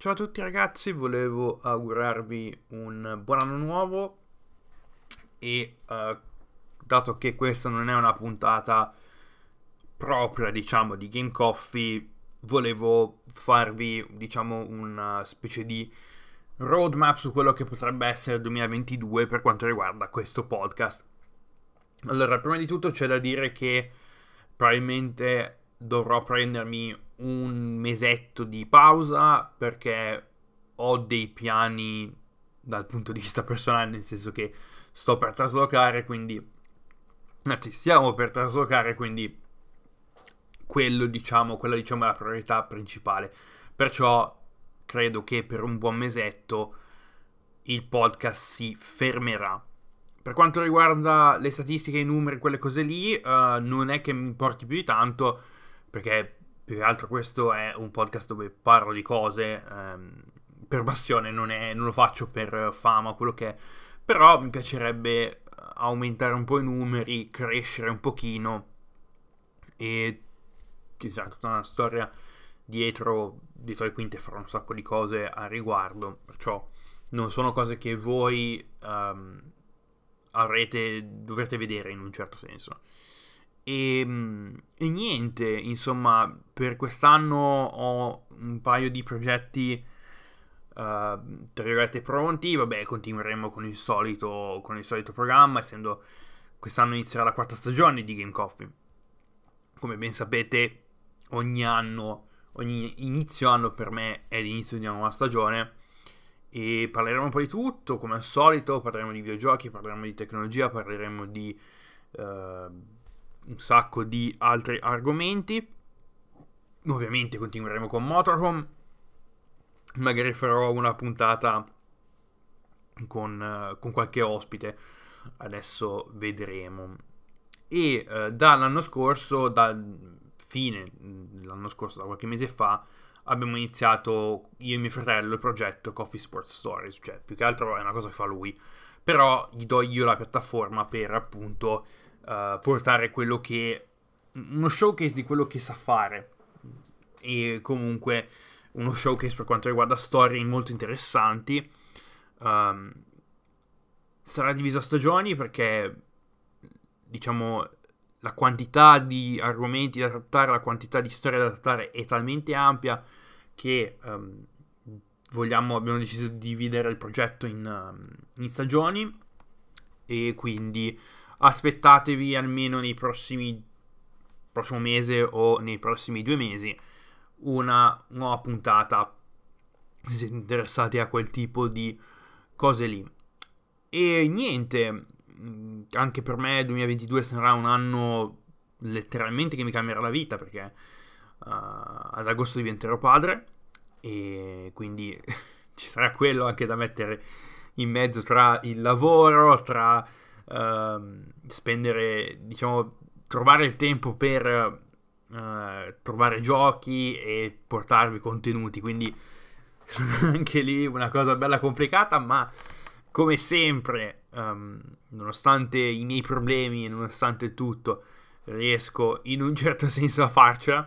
Ciao a tutti ragazzi, volevo augurarvi un buon anno nuovo e dato che questa non è una puntata propria, diciamo, di Game Coffee, volevo farvi, diciamo, una specie di roadmap su quello che potrebbe essere il 2022 per quanto riguarda questo podcast. Allora, prima di tutto c'è da dire che probabilmente dovrò prendermi un mesetto di pausa perché ho dei piani dal punto di vista personale, nel senso che sto per traslocare, quindi anzi stiamo per traslocare, quindi quella diciamo è la priorità principale. Perciò credo che per un buon mesetto il podcast si fermerà. Per quanto riguarda le statistiche, i numeri, quelle cose lì, non è che mi importi più di tanto, perché più che altro questo è un podcast dove parlo di cose per passione, non lo faccio per fama, quello che è. Però mi piacerebbe aumentare un po' i numeri, crescere un pochino e ci sarà tutta una storia dietro le quinte, farò un sacco di cose a riguardo, perciò non sono cose che voi dovrete vedere in un certo senso. E niente, insomma, per quest'anno ho un paio di progetti tra virgolette pronti. Vabbè, continueremo con il solito programma, essendo quest'anno inizierà la quarta stagione di Game Coffee. Come ben sapete, ogni inizio anno per me è l'inizio di una nuova stagione e parleremo un po' di tutto, come al solito. Parleremo di videogiochi, parleremo di tecnologia, parleremo di un sacco di altri argomenti. Ovviamente continueremo con Motorhome, magari farò una puntata con qualche ospite, adesso vedremo. E dall'anno scorso, dal fine dell'anno scorso, da qualche mese fa, abbiamo iniziato io e mio fratello il progetto Coffee Sports Stories, cioè più che altro è una cosa che fa lui, però gli do io la piattaforma per appunto portare uno showcase di quello che sa fare, e comunque uno showcase per quanto riguarda storie molto interessanti. Sarà diviso a stagioni perché, diciamo, la quantità di argomenti da trattare, la quantità di storie da trattare è talmente ampia che abbiamo deciso di dividere il progetto in stagioni, e quindi aspettatevi almeno prossimo mese o nei prossimi 2 mesi una nuova puntata, se siete interessati a quel tipo di cose lì. E niente, anche per me il 2022 sarà un anno letteralmente che mi cambierà la vita, perché ad agosto diventerò padre e quindi ci sarà quello anche da mettere in mezzo tra il lavoro, tra spendere, diciamo, trovare il tempo per trovare giochi e portarvi contenuti, quindi anche lì una cosa bella complicata, ma come sempre, nonostante i miei problemi e nonostante tutto, riesco in un certo senso a farcela.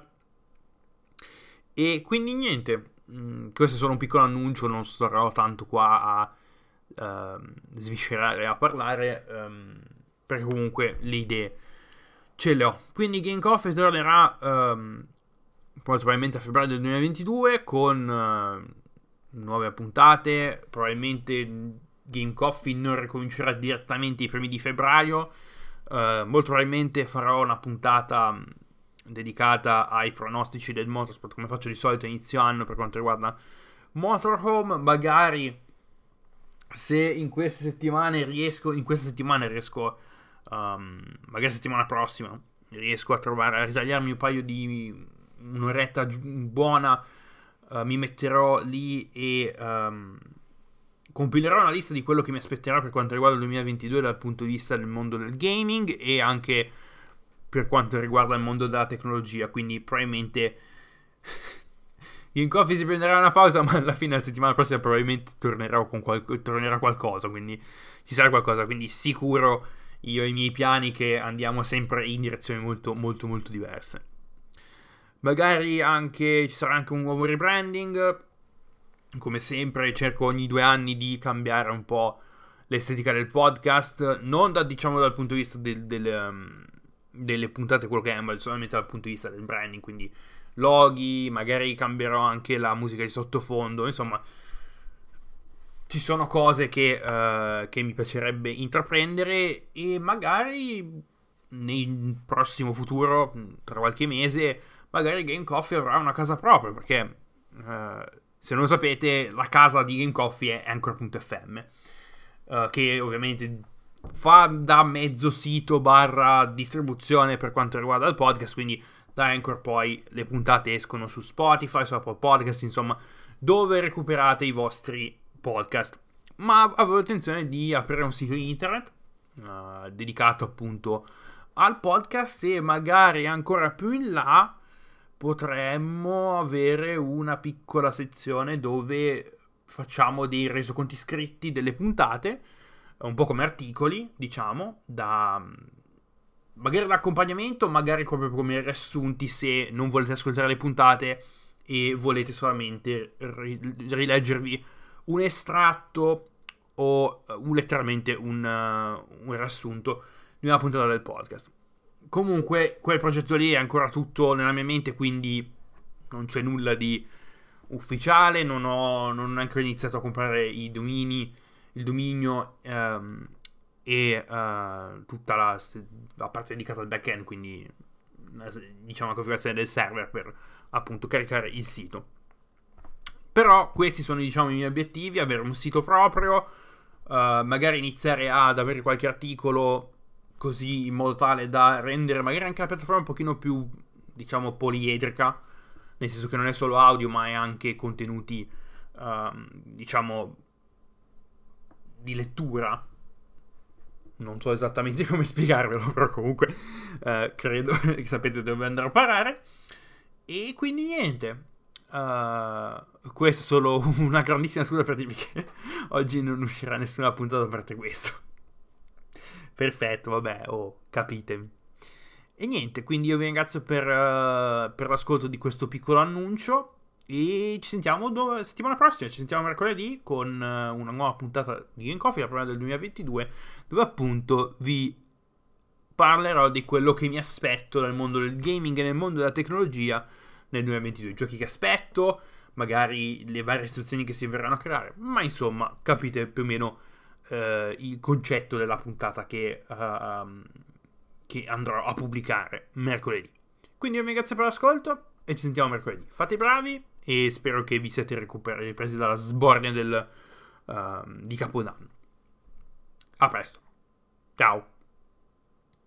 E quindi niente, questo è solo un piccolo annuncio, non starò tanto qua a sviscerare, a parlare, perché comunque le idee ce le ho. Quindi Game Coffee tornerà probabilmente a febbraio del 2022 con nuove puntate. Probabilmente Game Coffee non ricomincerà direttamente i primi di febbraio. Molto probabilmente farò una puntata dedicata ai pronostici del motorsport, come faccio di solito a inizio anno per quanto riguarda Motorhome. Magari se in queste settimane riesco, magari settimana prossima riesco a ritagliarmi un paio di un'oretta buona, mi metterò lì e compilerò una lista di quello che mi aspetterà per quanto riguarda il 2022 dal punto di vista del mondo del gaming e anche per quanto riguarda il mondo della tecnologia. Quindi probabilmente in Coffee si prenderà una pausa, ma alla fine della settimana prossima probabilmente tornerà qualcosa, quindi ci sarà qualcosa, quindi sicuro io e i miei piani che andiamo sempre in direzioni molto molto molto diverse. Magari ci sarà anche un nuovo rebranding, come sempre cerco ogni 2 anni di cambiare un po' l'estetica del podcast, non diciamo dal punto di vista delle puntate, quello che è, ma solamente dal punto di vista del branding, quindi loghi, magari cambierò anche la musica di sottofondo, insomma ci sono cose che mi piacerebbe intraprendere e magari nel prossimo futuro, tra qualche mese, magari Game Coffee avrà una casa propria, perché se non lo sapete la casa di Game Coffee è Anchor.fm, che ovviamente fa da mezzo sito barra distribuzione per quanto riguarda il podcast, quindi da Anchor poi le puntate escono su Spotify, su Apple Podcast, insomma dove recuperate i vostri podcast. Ma avevo intenzione di aprire un sito internet dedicato appunto al podcast e magari ancora più in là potremmo avere una piccola sezione dove facciamo dei resoconti scritti delle puntate, un po' come articoli, diciamo, magari da accompagnamento, magari proprio come riassunti se non volete ascoltare le puntate e volete solamente rileggervi un estratto o letteralmente un riassunto di una puntata del podcast. Comunque quel progetto lì è ancora tutto nella mia mente, quindi non c'è nulla di ufficiale, non ho ancora iniziato a comprare i domini, il dominio e tutta la parte dedicata al back-end, quindi diciamo la configurazione del server per appunto caricare il sito. Però questi sono diciamo i miei obiettivi: avere un sito proprio, magari iniziare ad avere qualche articolo così in modo tale da rendere magari anche la piattaforma un pochino più diciamo poliedrica, nel senso che non è solo audio ma è anche contenuti diciamo di lettura. Non so esattamente come spiegarvelo, però comunque credo che sapete dove andare a parare. E quindi niente, questo è solo una grandissima scusa per dirvi che oggi non uscirà nessuna puntata a parte questo. Perfetto, vabbè, capitemi. E niente, quindi io vi ringrazio per l'ascolto di questo piccolo annuncio e ci sentiamo settimana prossima, ci sentiamo mercoledì con una nuova puntata di Game Coffee, la prima del 2022, dove appunto vi parlerò di quello che mi aspetto dal mondo del gaming e nel mondo della tecnologia nel 2022, giochi che aspetto, magari le varie istruzioni che si verranno a creare, ma insomma capite più o meno il concetto della puntata che andrò a pubblicare mercoledì. Quindi io vi ringrazio per l'ascolto e ci sentiamo mercoledì. Fate i bravi e spero che vi siate ripresi dalla sbornia di Capodanno. A presto. Ciao.